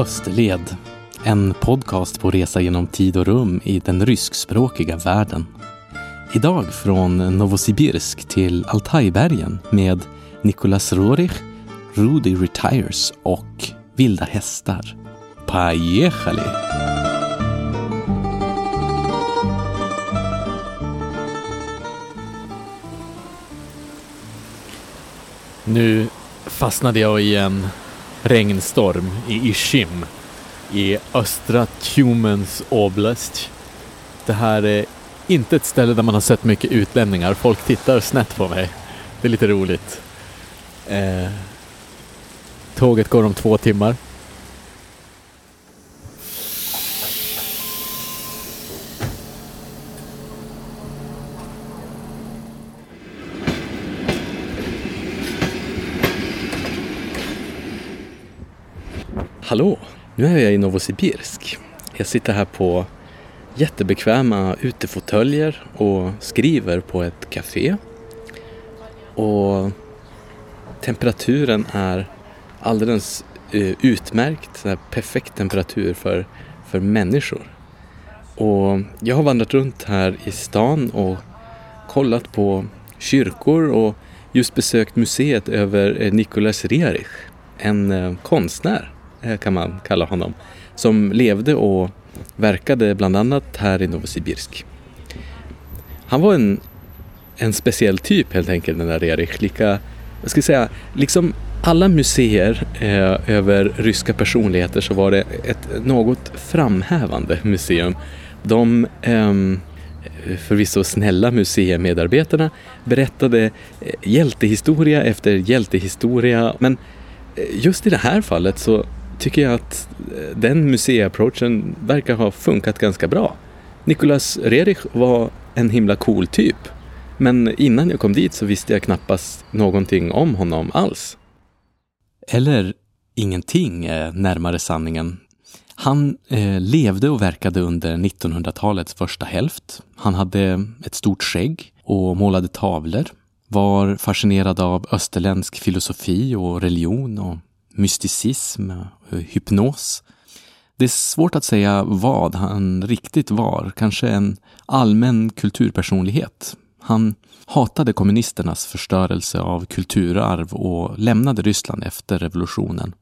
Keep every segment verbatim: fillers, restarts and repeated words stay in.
Österled, en podcast på resa genom tid och rum i den ryskspråkiga världen. Idag från Novosibirsk till Altajbergen med Nicholas Roerich, Rudy Retires och Vilda hästar. Поехали! Nu fastnade jag i en regnstorm i Ishim i östra Tjumens oblast. Det här är inte ett ställe där man har sett mycket utlänningar. Folk tittar snett på mig. Det är lite roligt. Eh, tåget går om två timmar. Hallå, nu är jag i Novosibirsk. Jag sitter här på jättebekväma utefåtöljer och skriver på ett café. Och temperaturen är alldeles uh, utmärkt, så här perfekt temperatur för, för människor. Och jag har vandrat runt här i stan och kollat på kyrkor och just besökt museet över Nicholas Roerich, en uh, konstnär kan man kalla honom, som levde och verkade bland annat här i Novosibirsk. Han var en, en speciell typ helt enkelt, den där Roerich. Lika, jag ska säga, liksom alla museer eh, över ryska personligheter så var det ett något framhävande museum. De eh, förvisso snälla museimedarbetarna berättade hjältehistoria efter hjältehistoria, men just i det här fallet så tycker jag att den museiapproachen verkar ha funkat ganska bra. Nicholas Roerich var en himla cool typ. Men innan jag kom dit så visste jag knappast någonting om honom alls. Eller ingenting är närmare sanningen. Han eh, levde och verkade under nittonhundratalets första hälft. Han hade ett stort skägg och målade tavlor. Var fascinerad av österländsk filosofi och religion och mysticism och hypnos. Det är svårt att säga vad han riktigt var. Kanske en allmän kulturpersonlighet. Han hatade kommunisternas förstörelse av kulturarv och lämnade Ryssland efter revolutionen.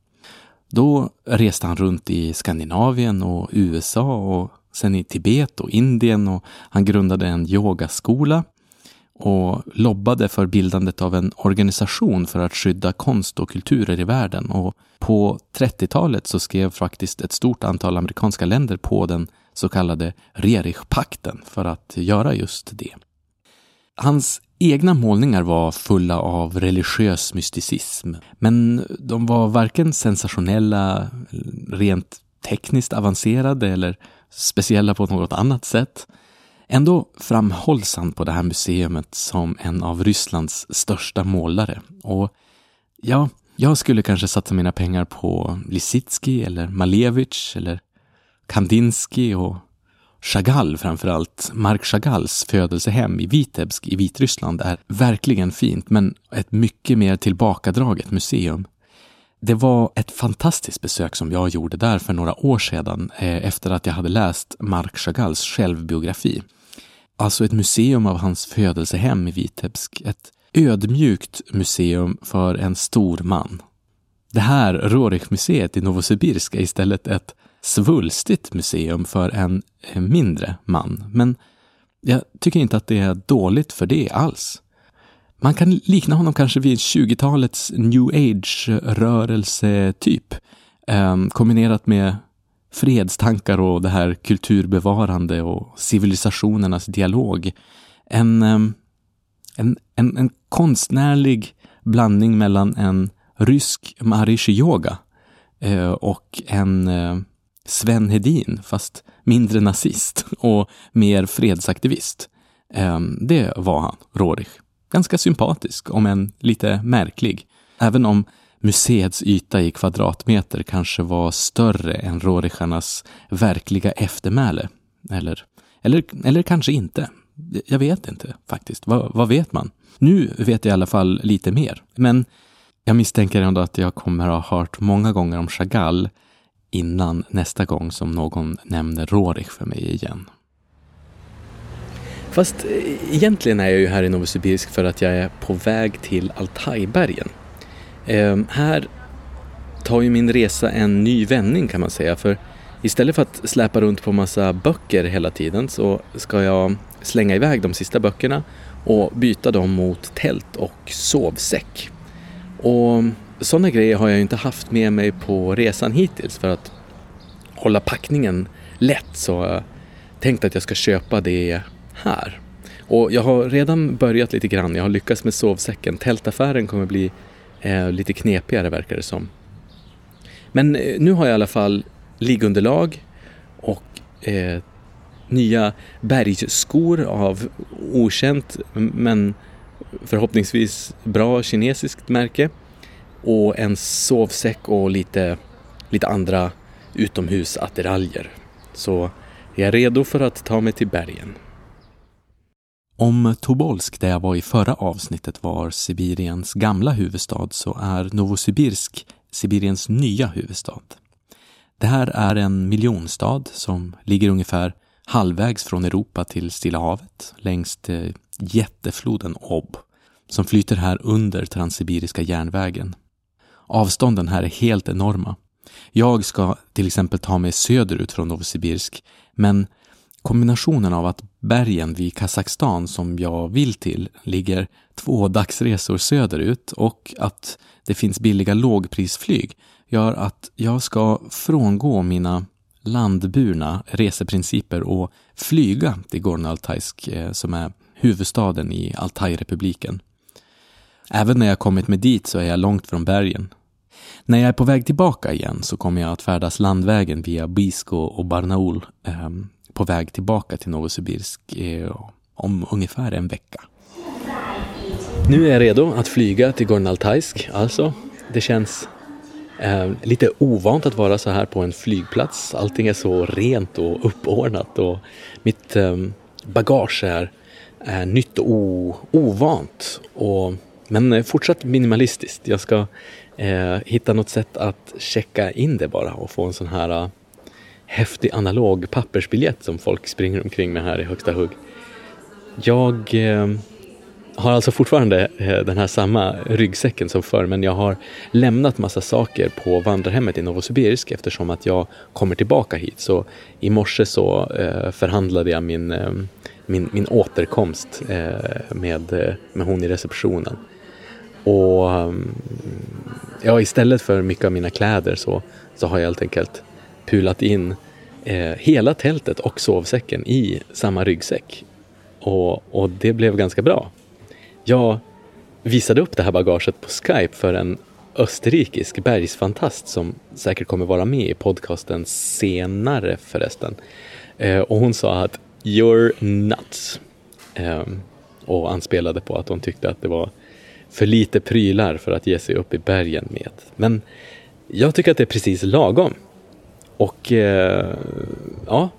Då reste han runt i Skandinavien och U S A och sen i Tibet och Indien, och han grundade en yogaskola och lobbade för bildandet av en organisation för att skydda konst och kulturer i världen. Och på trettiotalet så skrev faktiskt ett stort antal amerikanska länder på den så kallade Roerich-pakten för att göra just det. Hans egna målningar var fulla av religiös mysticism, men de var varken sensationella, rent tekniskt avancerade eller speciella på något annat sätt. Ändå framhålls han på det här museet som en av Rysslands största målare. Och ja, jag skulle kanske satsa mina pengar på Lisitsky eller Malevich eller Kandinsky och Chagall framförallt. Marc Chagalls födelsehem i Vitebsk i Vitryssland är verkligen fint, men ett mycket mer tillbakadraget museum. Det var ett fantastiskt besök som jag gjorde där för några år sedan eh, efter att jag hade läst Marc Chagalls självbiografi. Alltså ett museum av hans födelsehem i Vitebsk. Ett ödmjukt museum för en stor man. Det här Roerich-museet i Novosibirsk är istället ett svulstigt museum för en mindre man. Men jag tycker inte att det är dåligt för det alls. Man kan likna honom kanske vid tjugotalets New Age-rörelse-typ. Eh, kombinerat med fredstankar och det här kulturbevarande och civilisationernas dialog. En, en, en, en konstnärlig blandning mellan en rysk Maharishi Yoga eh, och en eh, Sven Hedin, fast mindre nazist och mer fredsaktivist. Eh, det var han, Roerich. Ganska sympatisk, om en lite märklig. Även om museets yta i kvadratmeter kanske var större än Roericharnas verkliga eftermäle. Eller, eller, eller kanske inte. Jag vet inte faktiskt. Vad, vad vet man? Nu vet jag i alla fall lite mer. Men jag misstänker ändå att jag kommer att ha hört många gånger om Chagall. innan nästa gång som någon nämner Rorich för mig igen. Fast egentligen är jag ju här i Novosibirsk för att jag är på väg till Altajbergen. Eh, här tar ju min resa en ny vändning kan man säga, för istället för att släpa runt på massa böcker hela tiden så ska jag slänga iväg de sista böckerna och byta dem mot tält och sovsäck. Och sådana grejer har jag ju inte haft med mig på resan hittills för att hålla packningen lätt, så jag tänkte att jag ska köpa det här. Och jag har redan börjat lite grann, jag har lyckats med sovsäcken. Tältaffären kommer bli eh, lite knepigare verkar det som. Men eh, nu har jag i alla fall liggunderlag och eh, nya bergsskor av okänt men förhoppningsvis bra kinesiskt märke. Och en sovsäck och lite, lite andra utomhusattiraljer. Så jag är redo för att ta mig till bergen. Om Tobolsk, där jag var i förra avsnittet, var Sibiriens gamla huvudstad, så är Novosibirsk Sibiriens nya huvudstad. Det här är en miljonstad som ligger ungefär halvvägs från Europa till Stilla havet längs jättefloden Ob som flyter här under Transsibiriska järnvägen. Avstånden här är helt enorma. Jag ska till exempel ta mig söderut från Novosibirsk, men kombinationen av att bergen vid Kazakstan som jag vill till ligger två dagsresor söderut och att det finns billiga lågprisflyg gör att jag ska frångå mina landburna reseprinciper och flyga till Gorno-Altaysk som är huvudstaden i Altaj-republiken. Även när jag kommit med dit så är jag långt från bergen. När jag är på väg tillbaka igen så kommer jag att färdas landvägen via Bisko och Barnaul eh, på väg tillbaka till Novosibirsk eh, om ungefär en vecka. Nu är jag redo att flyga till Gorno-Altaysk. Alltså, det känns eh, lite ovant att vara så här på en flygplats. Allting är så rent och uppordnat och mitt eh, bagage är, är nytt och o, ovant. Och, men fortsatt minimalistiskt. Jag ska eh, hitta något sätt att checka in det bara och få en sån här uh, häftig analog pappersbiljett som folk springer omkring med här i högsta hugg. Jag eh, har alltså fortfarande eh, den här samma ryggsäcken som förr, men jag har lämnat massa saker på vandrarhemmet i Novosibirsk eftersom att jag kommer tillbaka hit. Så i morse så eh, förhandlade jag min, eh, min, min återkomst eh, med, med hon i receptionen. Och ja, istället för mycket av mina kläder så, så har jag helt enkelt pulat in eh, hela tältet och sovsäcken i samma ryggsäck. Och, och det blev ganska bra. Jag visade upp det här bagaget på Skype för en österrikisk bergsfantast som säkert kommer vara med i podcasten senare förresten. Eh, och hon sa att you're nuts. Eh, och anspelade på att hon tyckte att det var för lite prylar för att ge sig upp i bergen med. Men jag tycker att det är precis lagom. Och eh, ja.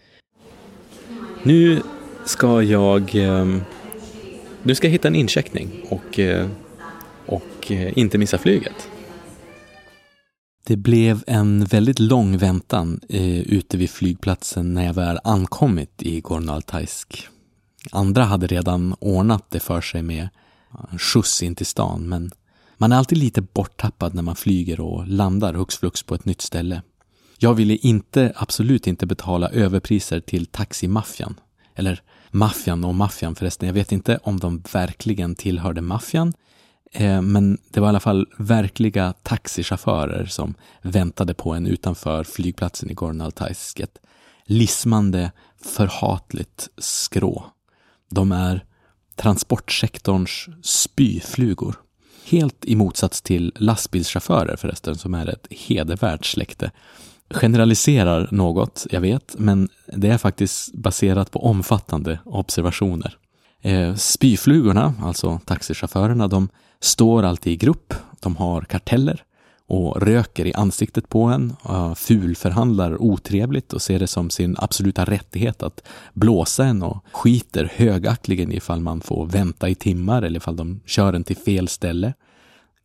Nu ska jag eh, nu ska jag hitta en incheckning och, eh, och eh, inte missa flyget. Det blev en väldigt lång väntan eh, ute vid flygplatsen när jag väl ankommit i Gorno-Altaysk. Andra hade redan ordnat det för sig med skjuts in till stan, men man är alltid lite borttappad när man flyger och landar hux flux på ett nytt ställe. Jag ville inte, absolut inte betala överpriser till taximaffian. Eller maffian och maffian förresten. Jag vet inte om de verkligen tillhörde maffian, eh, men det var i alla fall verkliga taxichaufförer som väntade på en utanför flygplatsen i Gorno-Altaysk. Ett lismande, förhatligt skrå. De är transportsektorns spyflugor. Helt i motsats till lastbilschaufförer förresten, som är ett hedervärt släkte. Generaliserar något, jag vet, men det är faktiskt baserat på omfattande observationer. Eh, spyflugorna, alltså taxichaufförerna, de står alltid i grupp, de har karteller och röker i ansiktet på en, uh, fulförhandlar otrevligt och ser det som sin absoluta rättighet att blåsa en och skiter högaktligen ifall man får vänta i timmar eller ifall de kör en till fel ställe.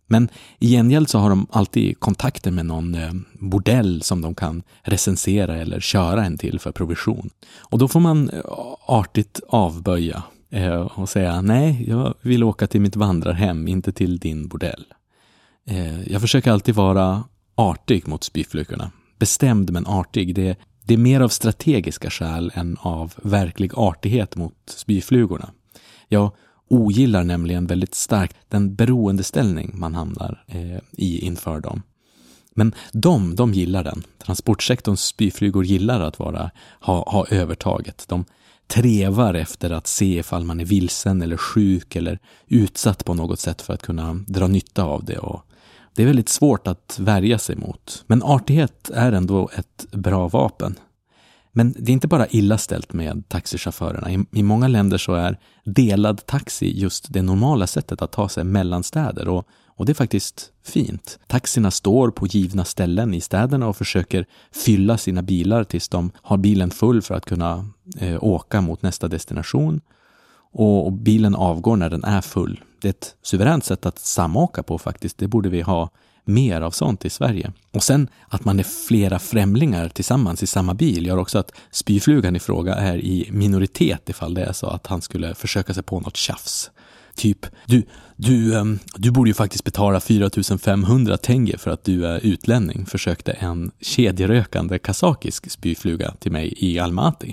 Men i gengäld så har de alltid kontakter med någon eh, bordell som de kan recensera eller köra en till för provision. Och då får man eh, artigt avböja eh, och säga nej, jag vill åka till mitt vandrarhem, inte till din bordell. Eh, jag försöker alltid vara artig mot spyflugorna. Bestämd men artig, det, det är mer av strategiska skäl än av verklig artighet mot spyflugorna. Jag ogillar nämligen väldigt starkt den beroendeställning man hamnar eh, i inför dem. Men de, de gillar den. Transportsektorns spyflugor gillar att vara, ha, ha övertaget. De trevar efter att se ifall man är vilsen eller sjuk eller utsatt på något sätt för att kunna dra nytta av det. Och det är väldigt svårt att värja sig mot. Men artighet är ändå ett bra vapen. Men det är inte bara illa ställt med taxichaufförerna. I, I många länder så är delad taxi just det normala sättet att ta sig mellan städer. Och, och det är faktiskt fint. Taxierna står på givna ställen i städerna och försöker fylla sina bilar tills de har bilen full för att kunna eh, åka mot nästa destination. Och, och bilen avgår när den är full. Det är ett suveränt sätt att samåka på faktiskt. Det borde vi ha mer av sånt i Sverige. Och sen att man är flera främlingar tillsammans i samma bil gör också att spyflugan i fråga är i minoritet ifall det är så att han skulle försöka sig på något tjafs. Typ, du, du, du borde ju faktiskt betala fyra tusen femhundra tenge för att du är utlänning, försökte en kedjerökande kazakisk spyfluga till mig i Almaty.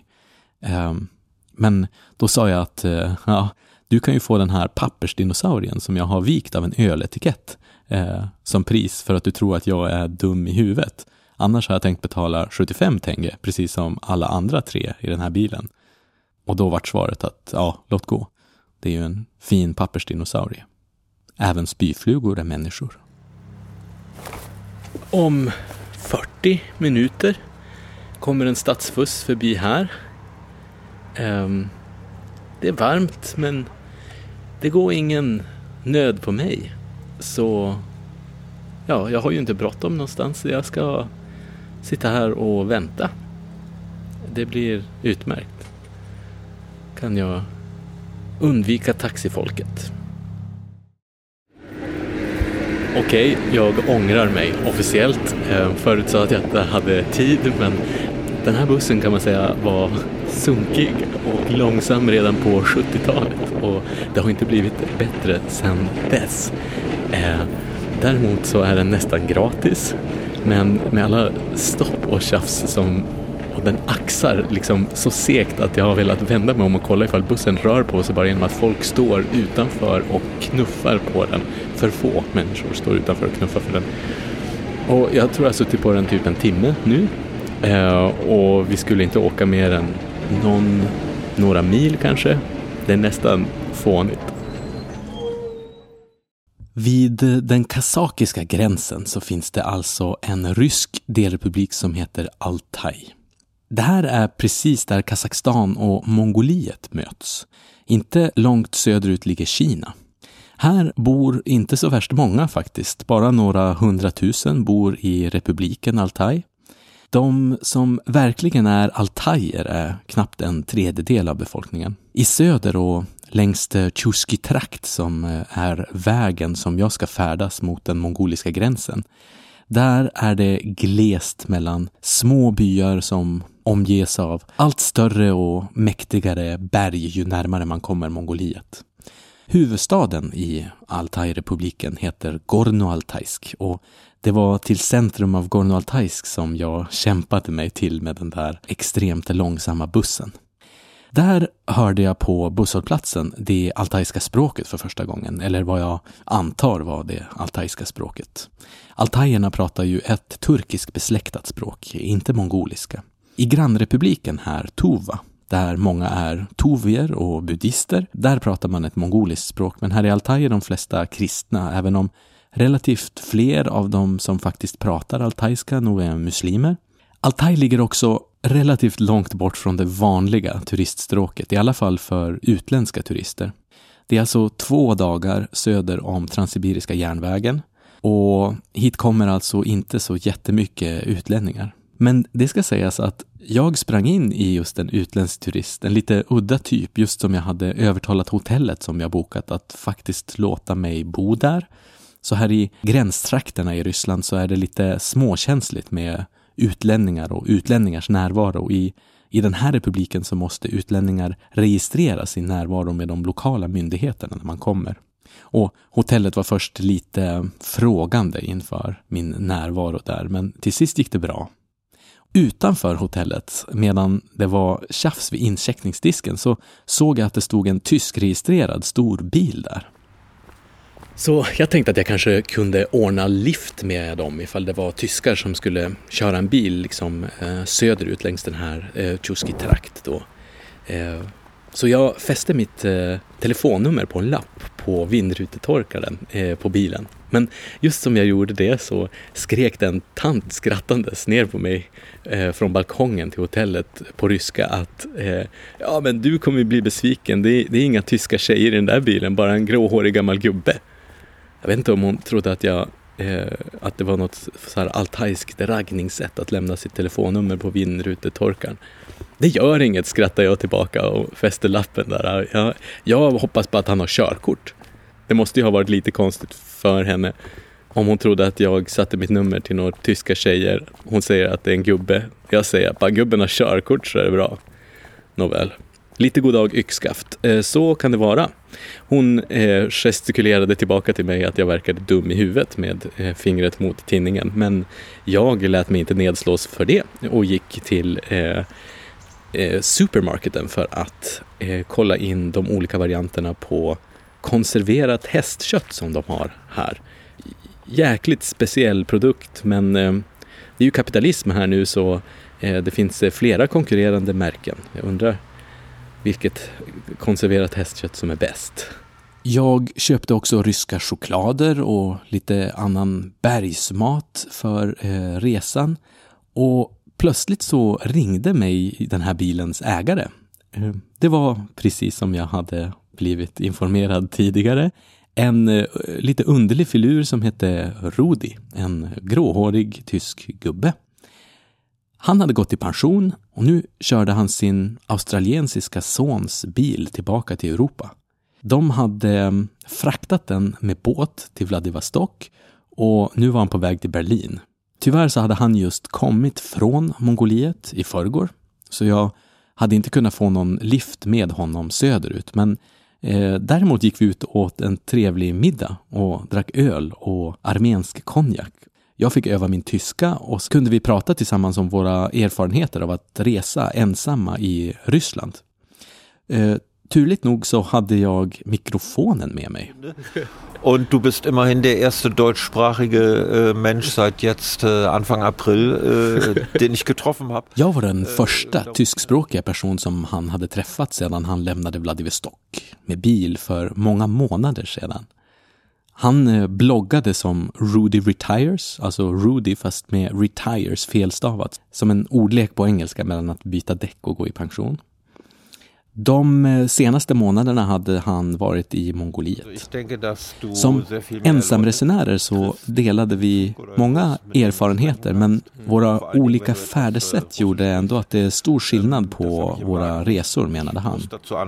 Men då sa jag att ja, du kan ju få den här pappersdinosaurien som jag har vikt av en öletikett eh, som pris för att du tror att jag är dum i huvudet. Annars har jag tänkt betala sjuttiofem tenge, precis som alla andra tre i den här bilen. Och då vart svaret att ja, låt gå. Det är ju en fin pappersdinosaurie. Även spyflugor är människor. Om fyrtio minuter kommer en stadsfuss förbi här. Um, det är varmt, men det går ingen nöd på mig. Så ja, jag har ju inte bråttom någonstans. Jag ska sitta här och vänta. Det blir utmärkt. Kan jag undvika taxifolket. Okej, jag ångrar mig officiellt. Förut sa att jag inte hade tid, men den här bussen kan man säga var sunkig och långsam redan på sjuttiotalet. Och det har inte blivit bättre sedan dess. Däremot så är den nästan gratis. Men med alla stopp och tjafs som... Och den axar liksom så segt att jag har velat vända mig om och kolla ifall bussen rör på sig bara genom att folk står utanför och knuffar på den. För få människor står utanför och knuffar för den. Och jag tror jag har suttit på den typ en timme nu. Eh, och vi skulle inte åka mer än någon, några mil kanske. Det är nästan fånigt. Vid den kazakiska gränsen så finns det alltså en rysk delrepublik som heter Altaj. Det här är precis där Kazakstan och Mongoliet möts. Inte långt söderut ligger Kina. Här bor inte så värst många faktiskt. Bara några hundratusen bor i republiken Altaj. De som verkligen är altajer är knappt en tredjedel av befolkningen. I söder och längs Tjuski-trakt som är vägen som jag ska färdas mot den mongoliska gränsen. Där är det glest mellan små byar som omges av allt större och mäktigare berg ju närmare man kommer Mongoliet. Huvudstaden i Altaj-republiken heter Gorno-Altajsk och det var till centrum av Gorno-Altajsk som jag kämpade mig till med den där extremt långsamma bussen. Där hörde jag på busshållplatsen det altajska språket för första gången, eller vad jag antar var det altajska språket. Altajerna pratar ju ett turkisk besläktat språk, inte mongoliska. I grannrepubliken här, Tuva, där många är tuvier och buddhister, där pratar man ett mongoliskt språk, men här i Altaj är de flesta kristna, även om relativt fler av dem som faktiskt pratar altajska nog är muslimer. Altaj ligger också relativt långt bort från det vanliga turiststråket, i alla fall för utländska turister. Det är alltså två dagar söder om Transsibiriska järnvägen och hit kommer alltså inte så jättemycket utlänningar. Men det ska sägas att jag sprang in i just en utländsk turist, en lite udda typ, just som jag hade övertalat hotellet som jag bokat att faktiskt låta mig bo där. Så här i gränstrakterna i Ryssland så är det lite småkänsligt med utlänningar och utlänningars närvaro. I, i den här republiken så måste utlänningar registrera sin närvaro med de lokala myndigheterna när man kommer. Och hotellet var först lite frågande inför min närvaro där, men till sist gick det bra. Utanför hotellet, medan det var tjafs vid incheckningsdisken, så såg jag att det stod en tyskregistrerad stor bil där. Så jag tänkte att jag kanske kunde ordna lift med dem ifall det var tyskar som skulle köra en bil liksom, eh, söderut längs den här eh, Tjuski-trakt då. Eh, så jag fäste mitt eh, telefonnummer på en lapp på vindrutetorkaren eh, på bilen. Men just som jag gjorde det så skrek den tant skrattandes ner på mig eh, från balkongen till hotellet på ryska att eh, ja men du kommer bli besviken, det är, det är inga tyska tjejer i den där bilen, bara en gråhårig gammal gubbe. Jag vet inte om hon trodde att jag eh, att det var något så här altajskt raggningssätt att lämna sitt telefonnummer på vindrutetorkaren. Det gör inget, skrattar jag tillbaka och fäster lappen där. Jag, jag hoppas på att han har körkort. Det måste ju ha varit lite konstigt för henne om hon trodde att jag satte mitt nummer till några tyska tjejer. Hon säger att det är en gubbe. Jag säger att bara gubben har körkort så är det bra. Nåväl. Lite god dag yxskaft. Så kan det vara. Hon eh, gestikulerade tillbaka till mig att jag verkade dum i huvudet med eh, fingret mot tinningen. Men jag lät mig inte nedslås för det och gick till eh, eh, supermarketen för att eh, kolla in de olika varianterna på konserverat hästkött som de har här. Jäkligt speciell produkt, men eh, det är ju kapitalism här nu så eh, det finns eh, flera konkurrerande märken. Jag undrar vilket konserverat hästkött som är bäst. Jag köpte också ryska choklader och lite annan bergsmat för eh, resan. Och plötsligt så ringde mig den här bilens ägare. Eh, det var precis som jag hade blivit informerad tidigare. En eh, lite underlig filur som hette Rudi. En gråhårig tysk gubbe. Han hade gått i pension och nu körde han sin australiensiska sons bil tillbaka till Europa. De hade fraktat den med båt till Vladivostok och nu var han på väg till Berlin. Tyvärr så hade han just kommit från Mongoliet i förrgår, så jag hade inte kunnat få någon lift med honom söderut. Men eh, däremot gick vi ut och åt en trevlig middag och drack öl och armensk konjak. Jag fick öva min tyska och så kunde vi prata tillsammans om våra erfarenheter av att resa ensamma i Ryssland. Eh, turligt nog så hade jag mikrofonen med mig. Und du bist immerhin der erste deutschsprachige äh, Mensch seit jetzt äh, Anfang April, äh, den ich getroffen habe. Jag var den första tyskspråkiga person som han hade träffat sedan han lämnade Vladivostok med bil för många månader sedan. Han bloggade som Rudy Retires, alltså Rudy fast med Retires felstavat, som en ordlek på engelska mellan att byta däck och gå i pension. De senaste månaderna hade han varit i Mongoliet. Som ensamresenärer så delade vi många erfarenheter, men våra olika färdesätt gjorde ändå att det är stor skillnad på våra resor, menade han.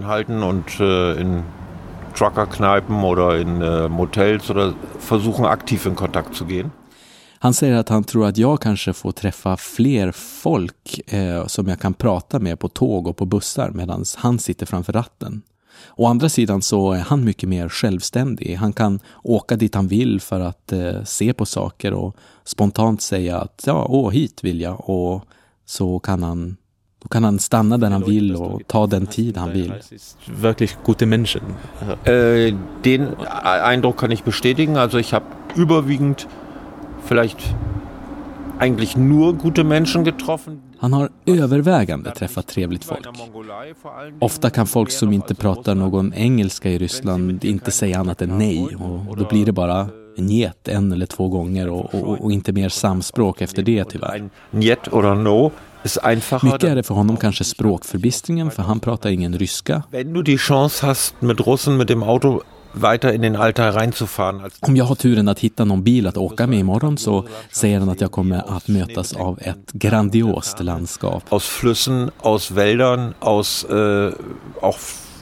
Truckerkneipen oder in äh, Motels oder versuchen aktiv in Kontakt zu gehen. Han säger att han tror att jag kanske får träffa fler folk eh, som jag kan prata med på tåg och på bussar medan han sitter framför ratten. Å andra sidan så är han mycket mer självständig. Han kan åka dit han vill för att eh, se på saker och spontant säga att ja, åh, hit vill jag. Och så kan han Då kan han stanna där han vill och ta den tid han vill. Wirklich gute Menschen. Äh, den Eindruck kan jag bestätigen. Also ich habe überwiegend vielleicht eigentlich nur gute Menschen getroffen. Han har övervägande träffat trevligt folk. Ofta kan folk som inte pratar någon engelska i Ryssland inte säga annat än nej. Och då blir det bara njet en eller två gånger och, och, och inte mer samspråk efter det tyvärr. Njet eller no. Mycket är det för honom kanske språkförbistringen, för han pratar ingen ryska. Wenn du die chance hast med Russen med dem Auto weiter in den Alltag reinzufahren. Om jag har turen att hitta någon bil att åka med imorgon så säger han att jag kommer att mötas av ett grandiost landskap. Aus Flüssen, aus Wäldern, aus äh, auch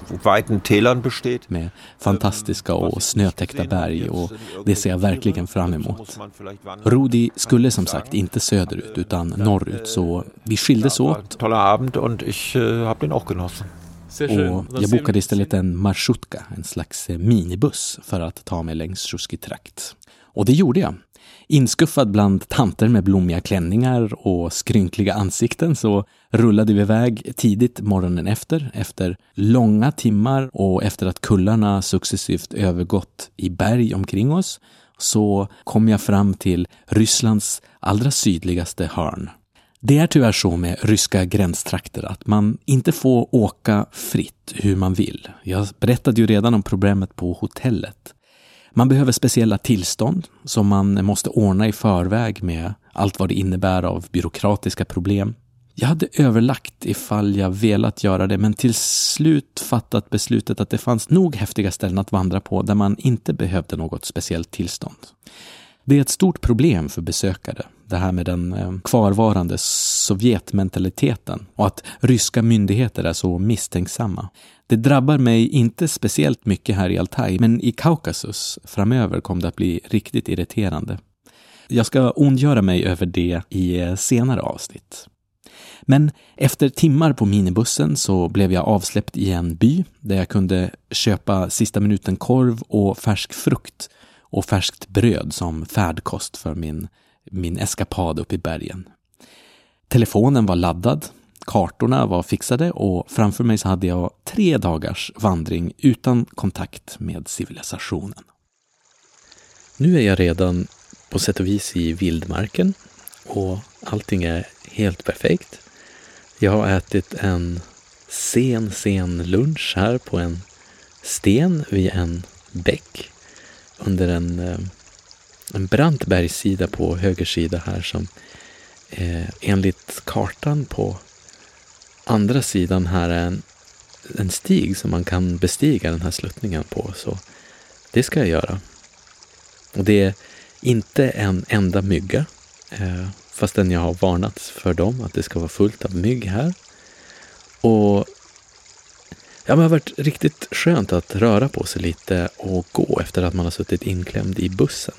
weiten Tälern besteht. Med fantastiska och snötäckta berg, och det ser jag verkligen fram emot. Rudi skulle som sagt inte söderut utan norrut, så vi skildes åt. Toller Abend und ich habe den auch genossen. Och jag bokade istället en marschutka, en slags minibuss, för att ta mig längs Ruski-trakt. Och det gjorde jag. Inskuffad bland tanter med blommiga klänningar och skrynkliga ansikten så rullade vi iväg tidigt morgonen efter, efter långa timmar och efter att kullarna successivt övergått i berg omkring oss, så kom jag fram till Rysslands allra sydligaste hörn. Det är tyvärr så med ryska gränstrakter att man inte får åka fritt hur man vill. Jag berättade ju redan om problemet på hotellet. Man behöver speciella tillstånd som man måste ordna i förväg med allt vad det innebär av byråkratiska problem. Jag hade överlagt ifall jag velat göra det, men till slut fattat beslutet att det fanns nog häftiga ställen att vandra på där man inte behövde något speciellt tillstånd. Det är ett stort problem för besökare, det här med den kvarvarande Sovjetmentaliteten och att ryska myndigheter är så misstänksamma. Det drabbar mig inte speciellt mycket här i Altaj, men i Kaukasus framöver kommer det att bli riktigt irriterande. Jag ska ondgöra mig över det i senare avsnitt. Men efter timmar på minibussen så blev jag avsläppt i en by där jag kunde köpa sista minuten korv och färsk frukt och färskt bröd som färdkost för min, min eskapad upp i bergen. Telefonen var laddad, kartorna var fixade och framför mig så hade jag tre dagars vandring utan kontakt med civilisationen. Nu är jag redan på sätt och vis i vildmarken och allting är helt perfekt. Jag har ätit en sen, sen lunch här på en sten vid en bäck under en, en brant bergssida på höger sida här som eh, enligt kartan på andra sidan här är en, en stig som man kan bestiga den här sluttningen på, så det ska jag göra. Och det är inte en enda mygga, eh, fastän jag har varnats för dem att det ska vara fullt av mygg här. Och ja, men det har varit riktigt skönt att röra på sig lite och gå efter att man har suttit inklämd i bussen.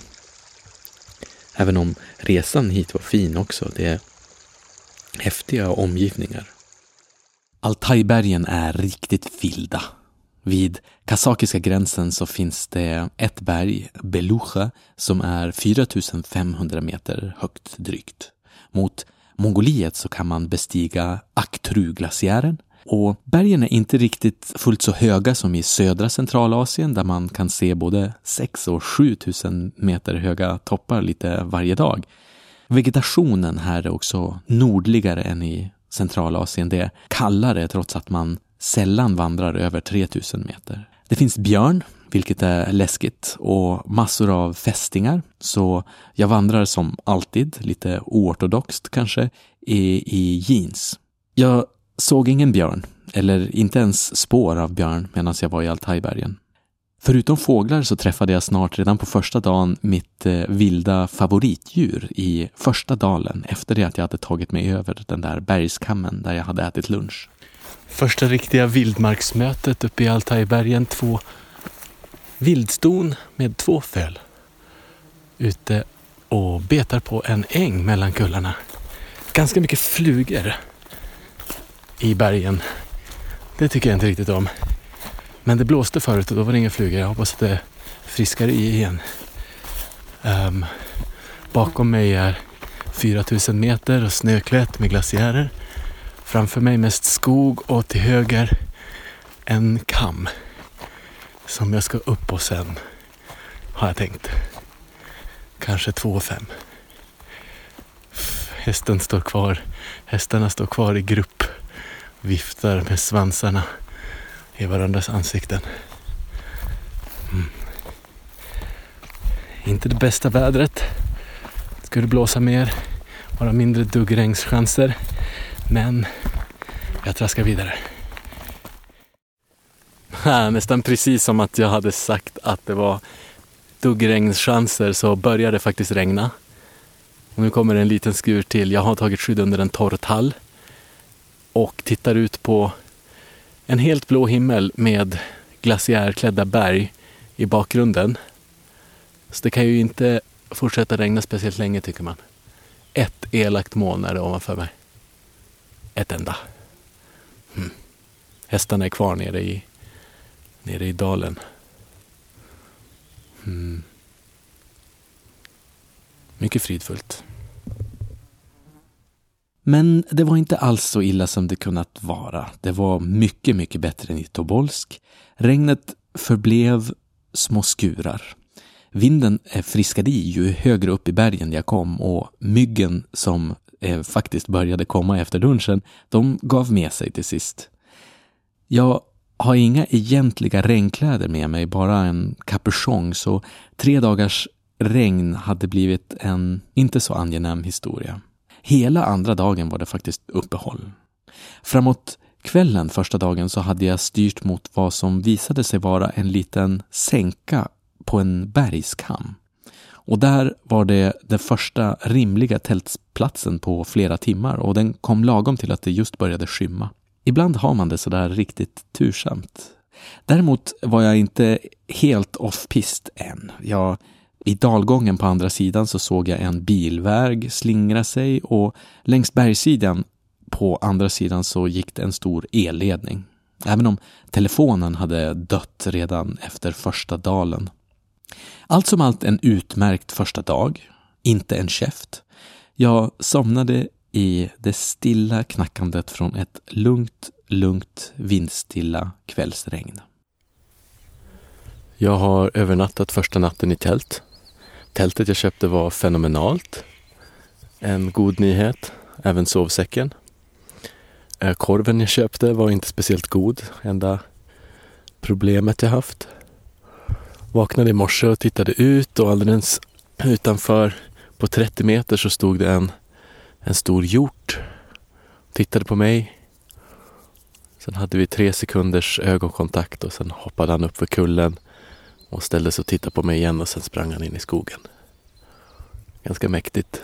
Även om resan hit var fin också, det är häftiga omgivningar. Altajbergen är riktigt vilda. Vid kazakiska gränsen så finns det ett berg, Beluga, som är fyra tusen femhundra meter högt drygt. Mot Mongoliet så kan man bestiga Aktru-glaciären. Och bergen är inte riktigt fullt så höga som i södra Centralasien där man kan se både sex och sju tusen meter höga toppar lite varje dag. Vegetationen här är också nordligare än i Centralasien. Det är kallare trots att man sällan vandrar över tre tusen meter. Det finns björn, vilket är läskigt, och massor av fästingar. Så jag vandrar som alltid, lite oortodoxt kanske, i, i jeans. Jag såg ingen björn, eller inte ens spår av björn medan jag var i Altajbergen. Förutom fåglar så träffade jag snart redan på första dagen mitt eh, vilda favoritdjur i första dalen efter det att jag hade tagit mig över den där bergskammen där jag hade ätit lunch. Första riktiga vildmarksmötet uppe i Altajbergen, två vildston med två föl ute och betar på en äng mellan kullarna. Ganska mycket flugor i bergen. Det tycker jag inte riktigt om. Men det blåste förut och då var det inga flugor. Jag hoppas att det friskar i igen. Um, bakom mig är fyra tusen meter och snöklätt med glaciärer. Framför mig mest skog och till höger en kam som jag ska upp på sen, har jag tänkt. Kanske två och fem. Hästen står kvar. Hästarna står kvar i grupp. Viftar med svansarna i varandras ansikten. Mm. Inte det bästa vädret. Skulle blåsa mer. Bara mindre duggregnschanser. Men jag traskar vidare. Nästan precis som att jag hade sagt att det var duggregnschanser så började det faktiskt regna. Och nu kommer en liten skur till. Jag har tagit skydd under en torr tall och tittar ut på En helt blå himmel med glaciärklädda berg i bakgrunden. Så det kan ju inte fortsätta regna speciellt länge, tycker man. Ett elakt moln är det ovanför mig. Ett enda. Hmm. Hästarna är kvar nere i, nere i dalen. Hmm. Mycket fridfullt. Men det var inte alls så illa som det kunnat vara. Det var mycket, mycket bättre än i Tobolsk. Regnet förblev små skurar. Vinden friskade i ju högre upp i bergen jag kom, och myggen som eh, faktiskt började komma efter lunchen, de gav med sig till sist. Jag har inga egentliga regnkläder med mig, bara en kapuschong, så tre dagars regn hade blivit en inte så angenäm historia. Hela andra dagen var det faktiskt uppehåll. Framåt kvällen första dagen så hade jag styrt mot vad som visade sig vara en liten sänka på en bergskam. Och där var det den första rimliga tältplatsen på flera timmar, och den kom lagom till att det just började skymma. Ibland har man det så där riktigt tursamt. Däremot var jag inte helt off-pist än. Jag, i dalgången på andra sidan så såg jag en bilväg slingra sig, och längs bergssidan på andra sidan så gick det en stor elledning. Även om telefonen hade dött redan efter första dalen. Allt som allt en utmärkt första dag. Inte en käft. Jag somnade i det stilla knackandet från ett lugnt, lugnt vindstilla kvällsregn. Jag har övernattat första natten i tält. Tältet jag köpte var fenomenalt. En god nyhet. Även sovsäcken. Korven jag köpte var inte speciellt god. Enda problemet jag haft. Vaknade i morse och tittade ut, och alldeles utanför på trettio meter så stod det en, en stor hjort. Tittade på mig. Sen hade vi tre sekunders ögonkontakt, och sen hoppade han upp för kullen och ställde sig och tittade på mig igen, och sen sprang han in i skogen. Ganska mäktigt.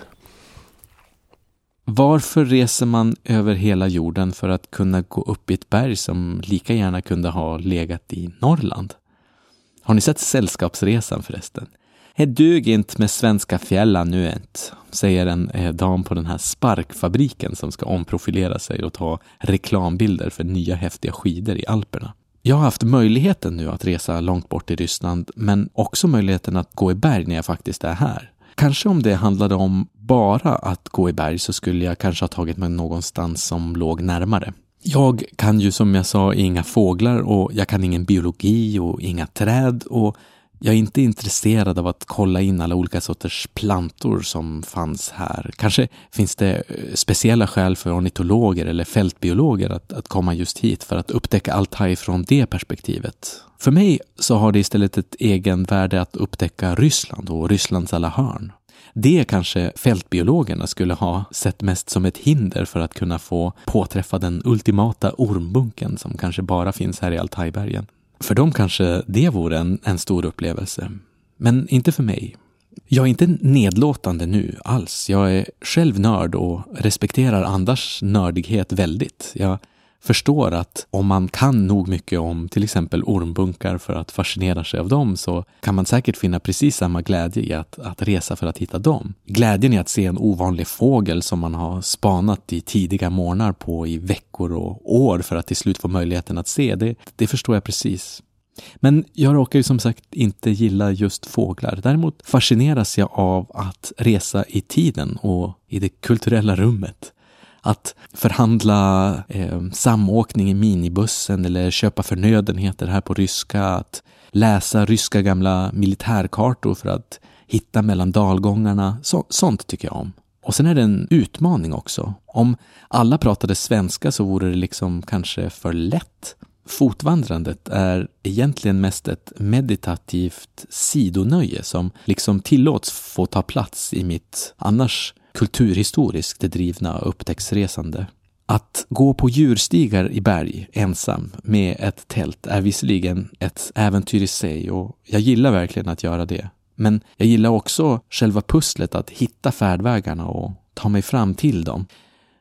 Varför reser man över hela jorden för att kunna gå upp i ett berg som lika gärna kunde ha legat i Norrland? Har ni sett Sällskapsresan förresten? Det dug inte med svenska fjällar nu inte, säger en eh, dam på den här sparkfabriken som ska omprofilera sig och ta reklambilder för nya häftiga skidor i Alperna. Jag har haft möjligheten nu att resa långt bort i Ryssland, men också möjligheten att gå i berg när jag faktiskt är här. Kanske om det handlade om bara att gå i berg så skulle jag kanske ha tagit mig någonstans som låg närmare. Jag kan ju, som jag sa, inga fåglar, och jag kan ingen biologi och inga träd, och jag är inte intresserad av att kolla in alla olika sorters plantor som fanns här. Kanske finns det speciella skäl för ornitologer eller fältbiologer att, att komma just hit för att upptäcka allt härifrån det perspektivet. För mig så har det istället ett egen värde att upptäcka Ryssland och Rysslands alla hörn. Det kanske fältbiologerna skulle ha sett mest som ett hinder för att kunna få påträffa den ultimata ormbunken som kanske bara finns här i Altajbergen. För dem kanske det vore en, en stor upplevelse. Men inte för mig. Jag är inte nedlåtande nu alls. Jag är själv nörd och respekterar andras nördighet väldigt. Jag förstår att om man kan nog mycket om till exempel ormbunkar för att fascinera sig av dem, så kan man säkert finna precis samma glädje i att, att resa för att hitta dem. Glädjen i att se en ovanlig fågel som man har spanat i tidiga morgnar på i veckor och år för att till slut få möjligheten att se, det, det förstår jag precis. Men jag råkar ju som sagt inte gilla just fåglar. Däremot fascineras jag av att resa i tiden och i det kulturella rummet. Att förhandla eh, samåkning i minibussen eller köpa förnödenheter här på ryska. Att läsa ryska gamla militärkartor för att hitta mellan dalgångarna. Så, sånt tycker jag om. Och sen är det en utmaning också. Om alla pratade svenska så vore det liksom kanske för lätt. Fotvandrandet är egentligen mest ett meditativt sidonöje som liksom tillåts få ta plats i mitt annars kulturhistoriskt drivna upptäcktsresande. Att gå på djurstigar i berg ensam med ett tält är visserligen ett äventyr i sig, och jag gillar verkligen att göra det. Men jag gillar också själva pusslet att hitta färdvägarna och ta mig fram till dem.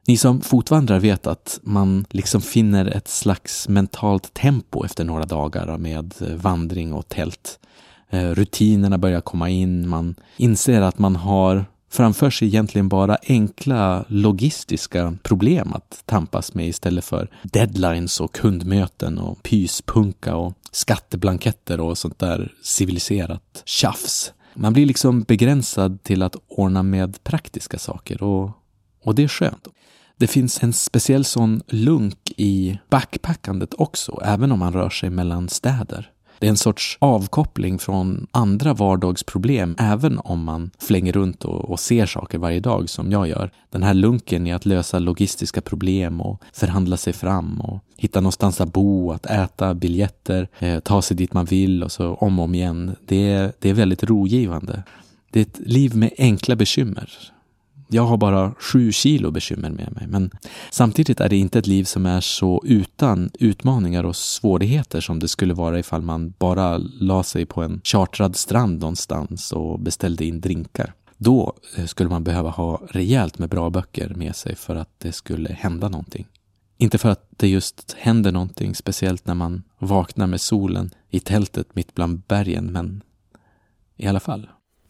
Ni som fotvandrar vet att man liksom finner ett slags mentalt tempo efter några dagar med vandring och tält. Rutinerna börjar komma in, man inser att man har framför sig egentligen bara enkla logistiska problem att tampas med istället för deadlines och kundmöten och pyspunka och skatteblanketter och sånt där civiliserat tjafs. Man blir liksom begränsad till att ordna med praktiska saker och, och det är skönt. Det finns en speciell sån lunk i backpackandet också, även om man rör sig mellan städer. Det är en sorts avkoppling från andra vardagsproblem, även om man flänger runt och, och ser saker varje dag som jag gör. Den här lunken i att lösa logistiska problem och förhandla sig fram och hitta någonstans att bo, att äta biljetter, eh, ta sig dit man vill och så om och om igen. Det är, det är väldigt rogivande. Det är ett liv med enkla bekymmer. Jag har bara sju kilo bekymmer med mig, men samtidigt är det inte ett liv som är så utan utmaningar och svårigheter som det skulle vara ifall man bara la sig på en chartrad strand någonstans och beställde in drinkar. Då skulle man behöva ha rejält med bra böcker med sig för att det skulle hända någonting. Inte för att det just händer någonting speciellt när man vaknar med solen i tältet mitt bland bergen, men i alla fall.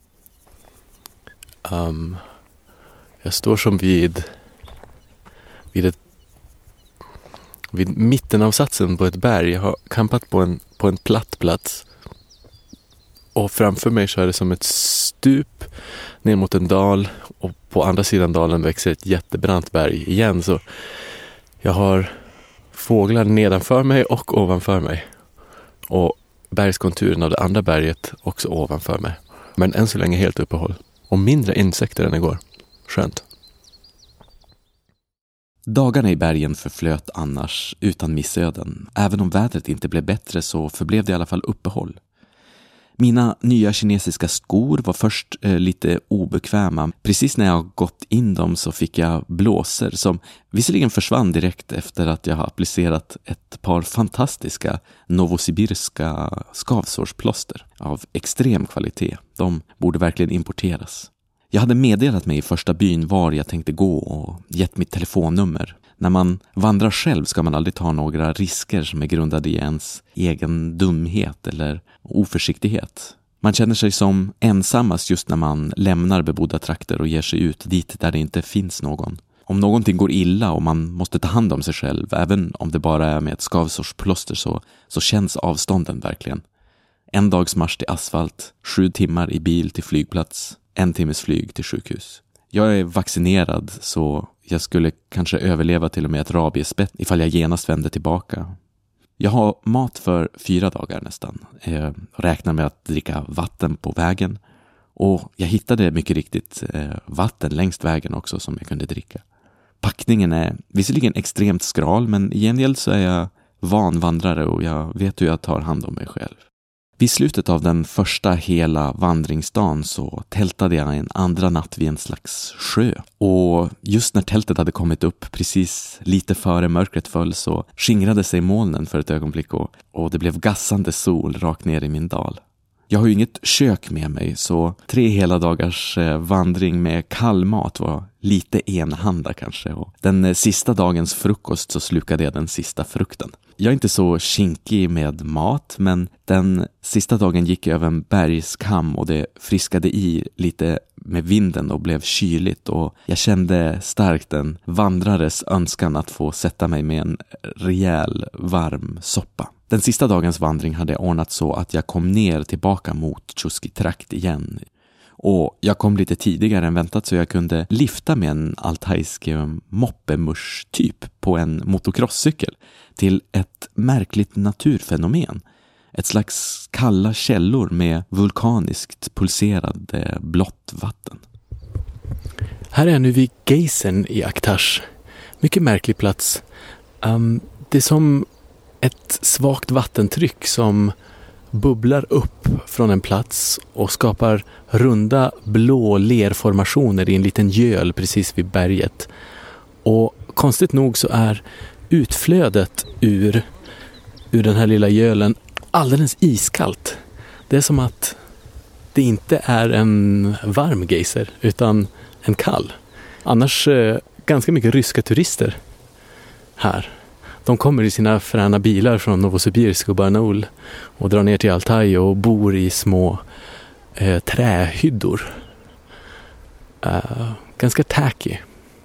Um... Jag står som vid, vid, ett, vid mitten av satsen på ett berg. Jag har kampat på en, på en platt plats. Och framför mig så är det som ett stup ner mot en dal. Och på andra sidan dalen växer ett jättebrant berg igen. Så jag har fåglar nedanför mig och ovanför mig. Och bergskonturen av det andra berget också ovanför mig. Men än så länge helt uppehåll. Och mindre insekter än igår. Skönt. Dagarna i bergen förflöt annars utan missöden. Även om vädret inte blev bättre så förblev det i alla fall uppehåll. Mina nya kinesiska skor var först eh, lite obekväma. Precis när jag gått in dem så fick jag blåser som visserligen försvann direkt efter att jag har applicerat ett par fantastiska novosibirska skavsårsplåster av extrem kvalitet. De borde verkligen importeras. Jag hade meddelat mig i första byn var jag tänkte gå och gett mitt telefonnummer. När man vandrar själv ska man aldrig ta några risker som är grundade i ens egen dumhet eller oförsiktighet. Man känner sig som ensammast just när man lämnar bebodda trakter och ger sig ut dit där det inte finns någon. Om någonting går illa och man måste ta hand om sig själv, även om det bara är med ett skavsårsplåster, så, så känns avstånden verkligen. En dags marsch till asfalt, sju timmar i bil till flygplats. En timmes flyg till sjukhus. Jag är vaccinerad så jag skulle kanske överleva till och med ett rabiesbett ifall jag genast vände tillbaka. Jag har mat för fyra dagar nästan. Jag räknar med att dricka vatten på vägen. Och jag hittade mycket riktigt vatten längs vägen också som jag kunde dricka. Packningen är visserligen extremt skral, men i gengäld så är jag vanvandrare och jag vet hur jag tar hand om mig själv. Vid slutet av den första hela vandringsdagen så tältade jag en andra natt vid en slags sjö. Och just när tältet hade kommit upp precis lite före mörkret föll så skingrade sig molnen för ett ögonblick och, och det blev gassande sol rakt ner i min dal. Jag har ju inget kök med mig så tre hela dagars vandring med kall mat var lite enhanda kanske. Och den sista dagens frukost så slukade jag den sista frukten. Jag är inte så kinkig med mat, men den sista dagen gick jag över en bergskam och det friskade i lite med vinden och blev kyligt och jag kände starkt en vandrares önskan att få sätta mig med en rejäl varm soppa. Den sista dagens vandring hade jag ordnat så att jag kom ner tillbaka mot Tjuski-trakt igen. Och jag kom lite tidigare än väntat så jag kunde lifta med en altajsk moppemusch typ på en motocrosscykel till ett märkligt naturfenomen. Ett slags kalla källor med vulkaniskt pulserande blått vatten. Här är jag nu vid Geysern i Aktash. Mycket märklig plats. Um, det är som ett svagt vattentryck som bubblar upp från en plats och skapar runda blå lerformationer i en liten göl precis vid berget. Och konstigt nog så är utflödet ur, ur den här lilla gölen alldeles iskallt. Det är som att det inte är en varm geyser utan en kall. Annars eh, ganska mycket ryska turister här. De kommer i sina fräna bilar från Novosibirsk och Barnaul och drar ner till Altaj och bor i små eh, trähyddor. Uh, ganska tacky.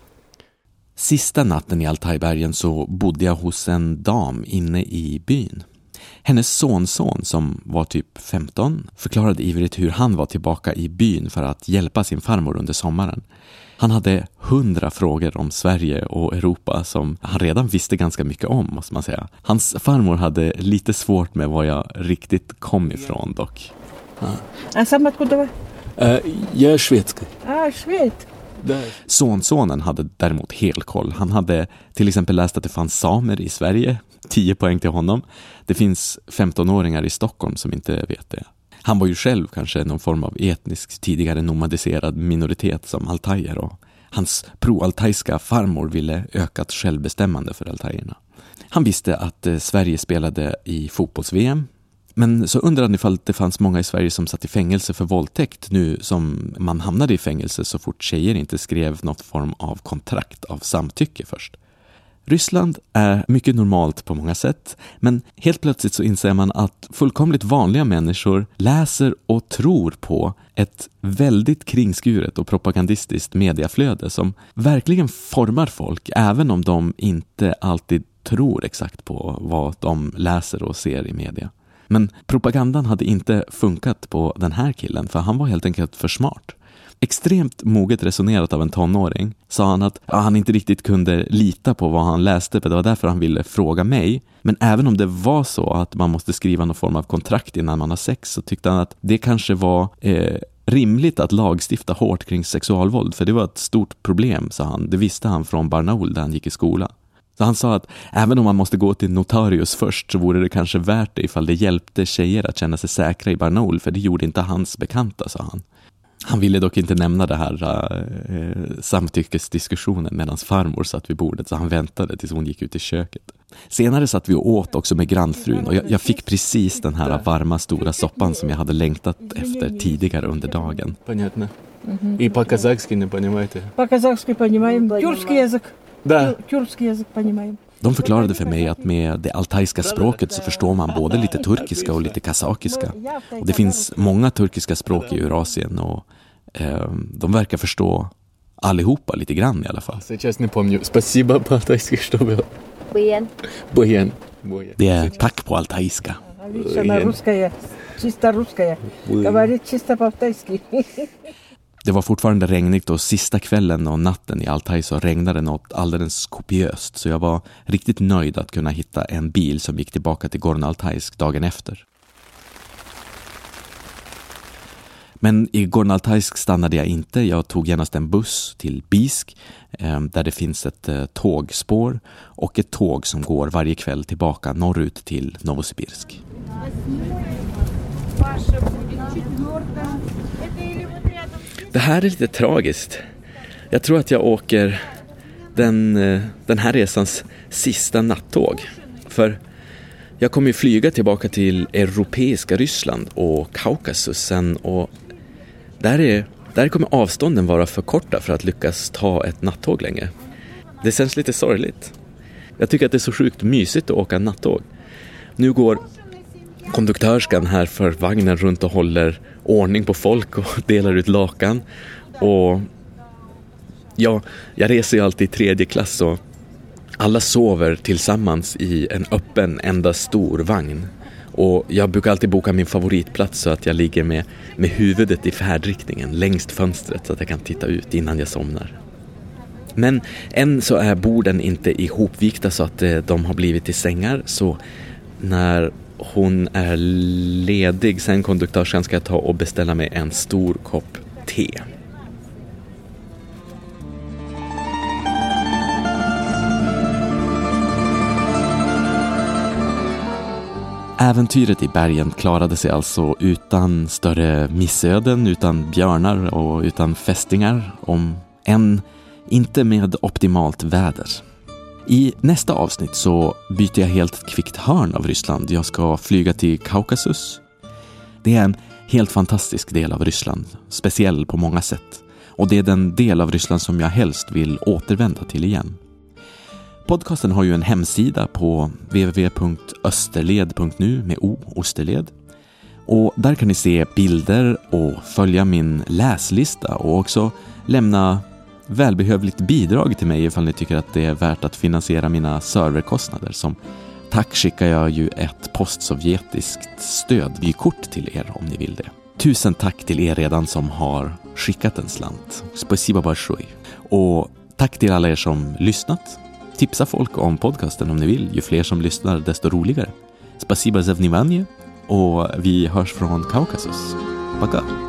Sista natten i Altajbergen så bodde jag hos en dam inne i byn. Hennes sonson, som var typ femton, förklarade ivrigt hur han var tillbaka i byn för att hjälpa sin farmor under sommaren. Han hade hundra frågor om Sverige och Europa som han redan visste ganska mycket om, måste man säga. Hans farmor hade lite svårt med var jag riktigt kom ifrån dock. А сам откуда вы? Uh, jag är svensk. А, швед. Sonsonen hade däremot helkoll. Han hade till exempel läst att det fanns samer i Sverige. tio poäng till honom. Det finns femtonåringar i Stockholm som inte vet det. Han var ju själv kanske någon form av etnisk tidigare nomadiserad minoritet som altajer, och hans pro-altajska farmor ville ökat självbestämmande för altajerna. Han visste att eh, Sverige spelade i fotbolls-V M, men så undrade han ifall det fanns många i Sverige som satt i fängelse för våldtäkt nu som man hamnade i fängelse så fort tjejer inte skrev något form av kontrakt av samtycke först. Ryssland är mycket normalt på många sätt, men helt plötsligt så inser man att fullkomligt vanliga människor läser och tror på ett väldigt kringskuret och propagandistiskt mediaflöde som verkligen formar folk, även om de inte alltid tror exakt på vad de läser och ser i media. Men propagandan hade inte funkat på den här killen, för han var helt enkelt för smart. Extremt moget resonerat av en tonåring sa han att ja, han inte riktigt kunde lita på vad han läste, för det var därför han ville fråga mig. Men även om det var så att man måste skriva någon form av kontrakt innan man har sex, så tyckte han att det kanske var eh, rimligt att lagstifta hårt kring sexualvåld, för det var ett stort problem, sa han. Det visste han från Barnaul där han gick i skola. Så han sa att även om man måste gå till notarius först så vore det kanske värt det ifall det hjälpte tjejer att känna sig säkra i Barnaul, för det gjorde inte hans bekanta, sa han. Han ville dock inte nämna det här äh, samtyckesdiskussionen med hans farmor satt vid bordet, så han väntade tills hon gick ut i köket. Senare satt vi och åt också med grannfrun, och jag, jag fick precis den här varma stora soppan som jag hade längtat efter tidigare under dagen. Понятно. И по-казахски не понимаете? По-казахски понимаем. Тюркский язык. Да. Тюркский язык понимаем. De förklarade för mig att med det altajska språket så förstår man både lite turkiska och lite kazakiska. Och det finns många turkiska språk i Eurasien, och eh, de verkar förstå allihopa lite grann i alla fall. Сейчас не помню. Спасибо по-алтайски, что было? Буен. Буен. Det är tack på altajska. Она русская, чисто русская. Говорит чисто по-алтайски. Det var fortfarande regnigt, och sista kvällen och natten i Altaj så regnade något alldeles kopiöst, så jag var riktigt nöjd att kunna hitta en bil som gick tillbaka till Gornaltajsk dagen efter. Men i Gornaltajsk stannade jag inte. Jag tog genast en buss till Bisk där det finns ett tågspår och ett tåg som går varje kväll tillbaka norrut till Novosibirsk. Det här är lite tragiskt. Jag tror att jag åker den, den här resans sista nattåg. För jag kommer ju flyga tillbaka till europeiska Ryssland och Kaukasus sen, och där, är, där kommer avstånden vara för korta för att lyckas ta ett nattåg länge. Det känns lite sorgligt. Jag tycker att det är så sjukt mysigt att åka nattåg. Nu går konduktörskan här för vagnen runt och håller ordning på folk och delar ut lakan. Och ja, jag reser ju alltid i tredje klass, och alla sover tillsammans i en öppen, enda stor vagn. Och jag brukar alltid boka min favoritplats så att jag ligger med, med huvudet i färdriktningen längst fönstret så att jag kan titta ut innan jag somnar. Men än så är borden inte ihopvikta så att de har blivit till sängar, så när hon är ledig sen konduktörskan ska jag ta och beställa mig en stor kopp te. Äventyret i bergen klarade sig alltså utan större missöden, utan björnar och utan fästingar, om än inte med optimalt väder. I nästa avsnitt så byter jag helt kvickt hörn av Ryssland. Jag ska flyga till Kaukasus. Det är en helt fantastisk del av Ryssland, speciell på många sätt. och det är den del av Ryssland som jag helst vill återvända till igen. Podcasten har ju en hemsida på w w w punkt österled punkt nu med o, Osterled. Och där kan ni se bilder och följa min läslista och också lämna välbehövligt bidrag till mig ifall ni tycker att det är värt att finansiera mina serverkostnader. Som tack skickar jag ju ett postsovjetiskt stödvykort till er om ni vill det. Tusen tack till er redan som har skickat en slant. Spasiba большое. Och tack till alla er som lyssnat. Tipsa folk om podcasten om ni vill. Ju fler som lyssnar desto roligare. Spasiba za vнимание. Och vi hörs från Kaukasus. Пока!